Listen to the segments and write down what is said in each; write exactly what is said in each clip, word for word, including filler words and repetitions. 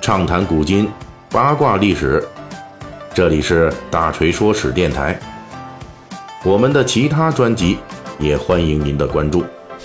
畅谈古今，八卦历史。这里是大锤说史电台。我们的其他专辑也欢迎您的关注。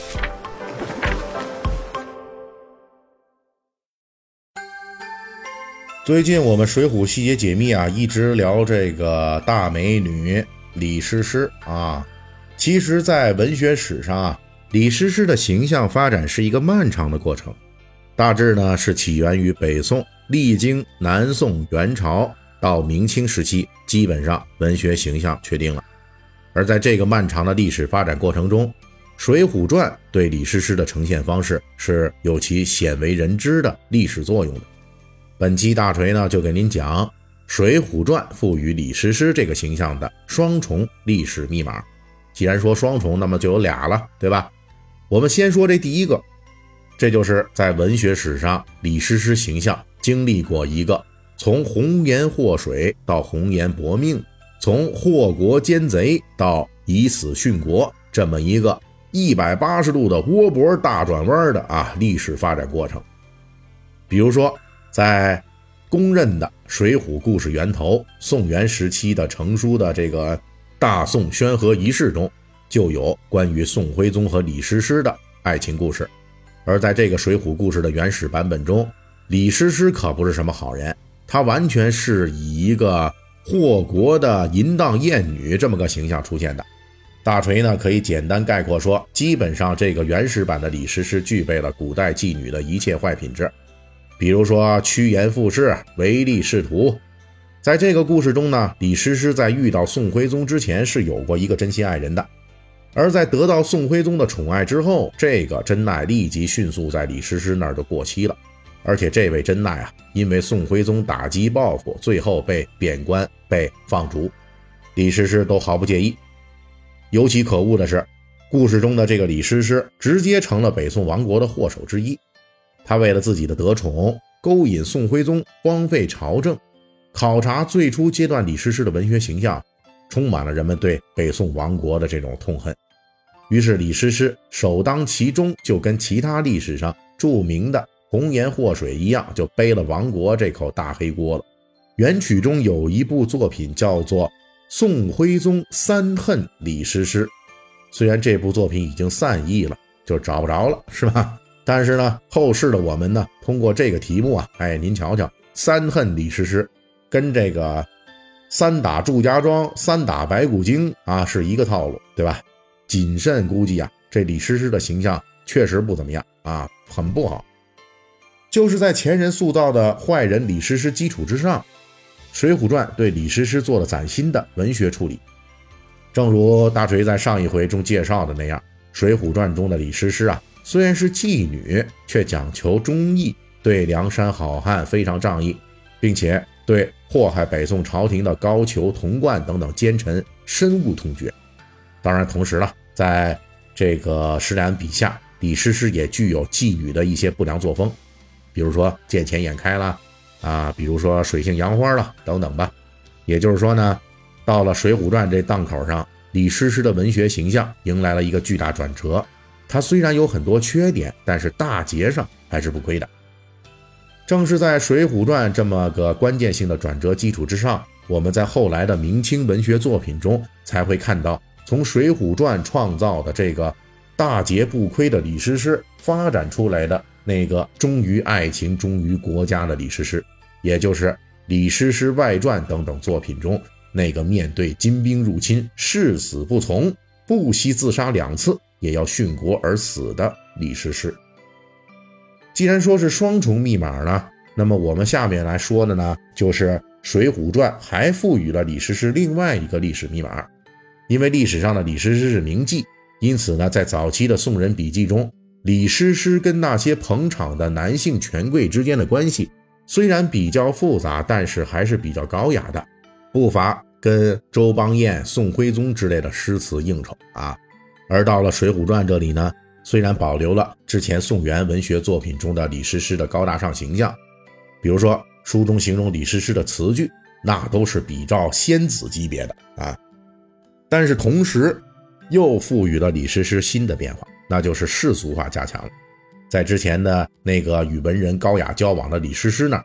最近我们水浒细节解密啊，一直聊这个大美女李师师啊。其实在文学史上啊，李师师的形象发展是一个漫长的过程，大致呢是起源于北宋，历经南宋、元朝到明清时期，基本上文学形象确定了。而在这个漫长的历史发展过程中，《水浒传》对李师师的呈现方式是有其鲜为人知的历史作用的。本期大锤呢就给您讲《水浒传》赋予李师师这个形象的双重历史密码。既然说双重，那么就有俩了，对吧？我们先说这第一个，这就是在文学史上李师师形象经历过一个从红颜祸水到红颜薄命，从祸国奸贼到以死殉国，这么一个一百八十度的窝脖大转弯的啊历史发展过程。比如说在公认的水浒故事源头宋元时期的成书的这个大宋宣和遗事中，就有关于宋徽宗和李师师的爱情故事。而在这个水浒故事的原始版本中，李师师可不是什么好人，他完全是以一个祸国的淫荡艳女这么个形象出现的。大锤呢可以简单概括说，基本上这个原始版的李师师具备了古代妓女的一切坏品质，比如说趋炎附势、唯利是图。在这个故事中呢，李师师在遇到宋徽宗之前是有过一个真心爱人的，而在得到宋徽宗的宠爱之后，这个真爱立即迅速在李师师那儿就过期了。而且这位真爱啊，因为宋徽宗打击报复，最后被贬官、被放逐，李师师都毫不介意。尤其可恶的是，故事中的这个李师师直接成了北宋亡国的祸首之一。他为了自己的得宠，勾引宋徽宗，荒废朝政。考察最初阶段李师师的文学形象，充满了人们对北宋亡国的这种痛恨。于是李师师首当其冲，就跟其他历史上著名的红颜祸水一样，就背了亡国这口大黑锅了。元曲中有一部作品叫做《宋徽宗三恨李师师》，虽然这部作品已经散佚了，就找不着了，是吧？但是呢，后世的我们呢，通过这个题目啊，哎，您瞧瞧，三恨李师师跟这个三打祝家庄、三打白骨精啊是一个套路，对吧？谨慎估计啊，这李师师的形象确实不怎么样啊，很不好。就是在前人塑造的坏人李师师基础之上，《水浒传》对李师师做了崭新的文学处理。正如大锤在上一回中介绍的那样，《水浒传》中的李师师啊，虽然是妓女，却讲求忠义，对梁山好汉非常仗义，并且对祸害北宋朝廷的高俅、童贯等等奸臣深恶痛绝。当然同时呢，在这个施耐庵笔下，李师师也具有妓女的一些不良作风，比如说见钱眼开了啊，比如说水性杨花了等等吧。也就是说呢，到了《水浒传》这档口上，李师师的文学形象迎来了一个巨大转折。他虽然有很多缺点，但是大节上还是不亏的。正是在《水浒传》这么个关键性的转折基础之上，我们在后来的明清文学作品中才会看到，从《水浒传》创造的这个大节不亏的李师师发展出来的那个忠于爱情、忠于国家的李师师，也就是《李师师外传》等等作品中那个面对金兵入侵誓死不从、不惜自杀两次也要殉国而死的李师师。既然说是双重密码呢，那么我们下面来说的呢，就是《水浒传》还赋予了李师师另外一个历史密码。因为历史上的李师师是名妓，因此呢，在早期的宋人笔记中，李师师跟那些捧场的男性权贵之间的关系虽然比较复杂，但是还是比较高雅的，不乏跟周邦彦、宋徽宗之类的诗词应酬啊。而到了《水浒传》这里呢，虽然保留了之前宋元文学作品中的李师师的高大上形象，比如说书中形容李师师的词句，那都是比照仙子级别的啊，但是同时又赋予了李师师新的变化，那就是世俗化加强了。在之前的那个与文人高雅交往的李师师那儿，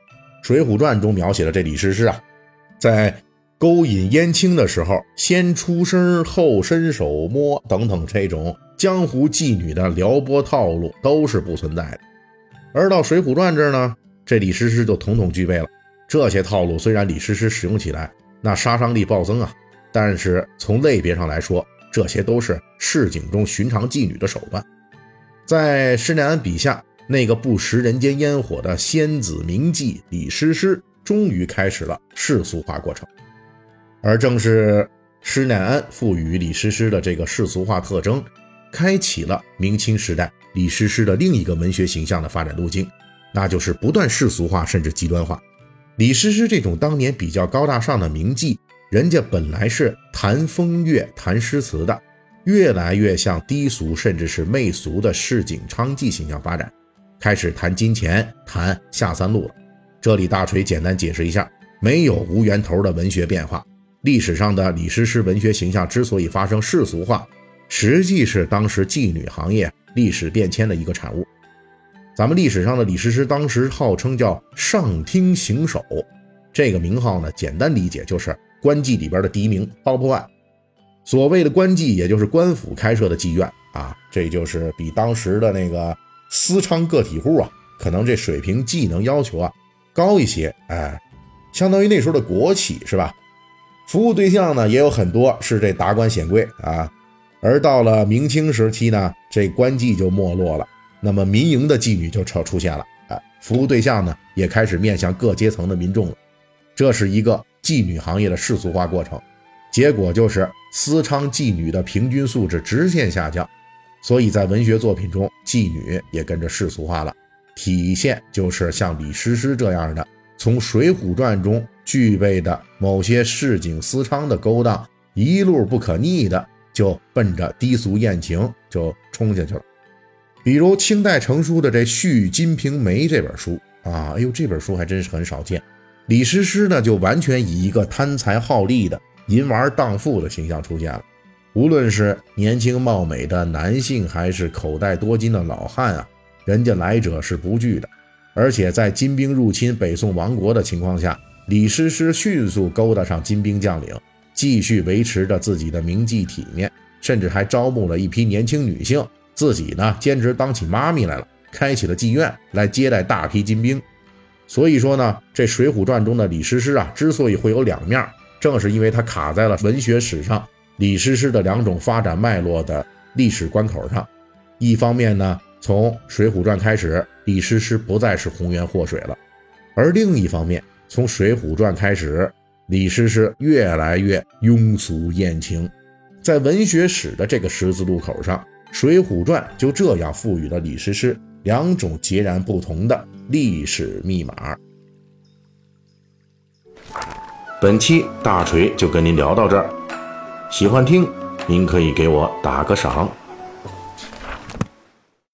水浒传》中描写的这李师师啊，在勾引燕青的时候，先出声后伸手摸等等这种江湖妓女的撩拨套路都是不存在的。而到《水浒传》这儿呢，这李师师就统统具备了。这些套路虽然李师师使用起来那杀伤力暴增啊，但是从类别上来说，这些都是市井中寻常妓女的手段。在施耐庵笔下，那个不食人间烟火的仙子名妓李师师终于开始了世俗化过程。而正是施耐庵赋予李师师的这个世俗化特征，开启了明清时代李师师的另一个文学形象的发展路径，那就是不断世俗化甚至极端化。李师师这种当年比较高大上的名妓，人家本来是谈风月谈诗词的，越来越向低俗甚至是媚俗的市井娼妓形象发展，开始谈金钱谈下三路了。这里大锤简单解释一下，没有无源头的文学变化，历史上的李师师文学形象之所以发生世俗化，实际是当时妓女行业历史变迁的一个产物。咱们历史上的李师师当时号称叫上厅行首，这个名号呢，简单理解就是官妓里边的第一名 top one。 所谓的官妓也就是官府开设的妓院啊，这就是比当时的那个私娼个体户啊，可能这水平技能要求啊高一些，哎，相当于那时候的国企是吧？服务对象呢也有很多是这达官显贵啊。而到了明清时期呢，这官妓就没落了，那么民营的妓女就出现了，哎，服务对象呢也开始面向各阶层的民众了。这是一个妓女行业的世俗化过程，结果就是私娼妓女的平均素质直线下降，所以在文学作品中，妓女也跟着世俗化了。体现就是像李师师这样的，从《水浒传》中具备的某些市井私娼的勾当，一路不可逆的就奔着低俗艳情就冲下去了。比如清代成书的这《续金瓶梅》这本书啊，哎呦，这本书还真是很少见。李师师呢，就完全以一个贪财好利的淫玩荡妇的形象出现了。无论是年轻貌美的男性，还是口袋多金的老汉啊，人家来者是不拒的。而且在金兵入侵北宋亡国的情况下，李师师迅速勾搭上金兵将领，继续维持着自己的名妓体面，甚至还招募了一批年轻女性，自己呢兼职当起妈咪来了，开启了妓院来接待大批金兵。所以说呢，这《水浒传》中的李师师啊，之所以会有两面，正是因为他卡在了文学史上李师师的两种发展脉络的历史关口上。一方面呢，从《水浒传》开始，李师师不再是红颜祸水了；而另一方面，从《水浒传》开始，李师师越来越庸俗艳情。在文学史的这个十字路口上，《水浒传》就这样赋予了李师师两种截然不同的历史密码。本期大锤就跟您聊到这儿，喜欢听您可以给我打个赏。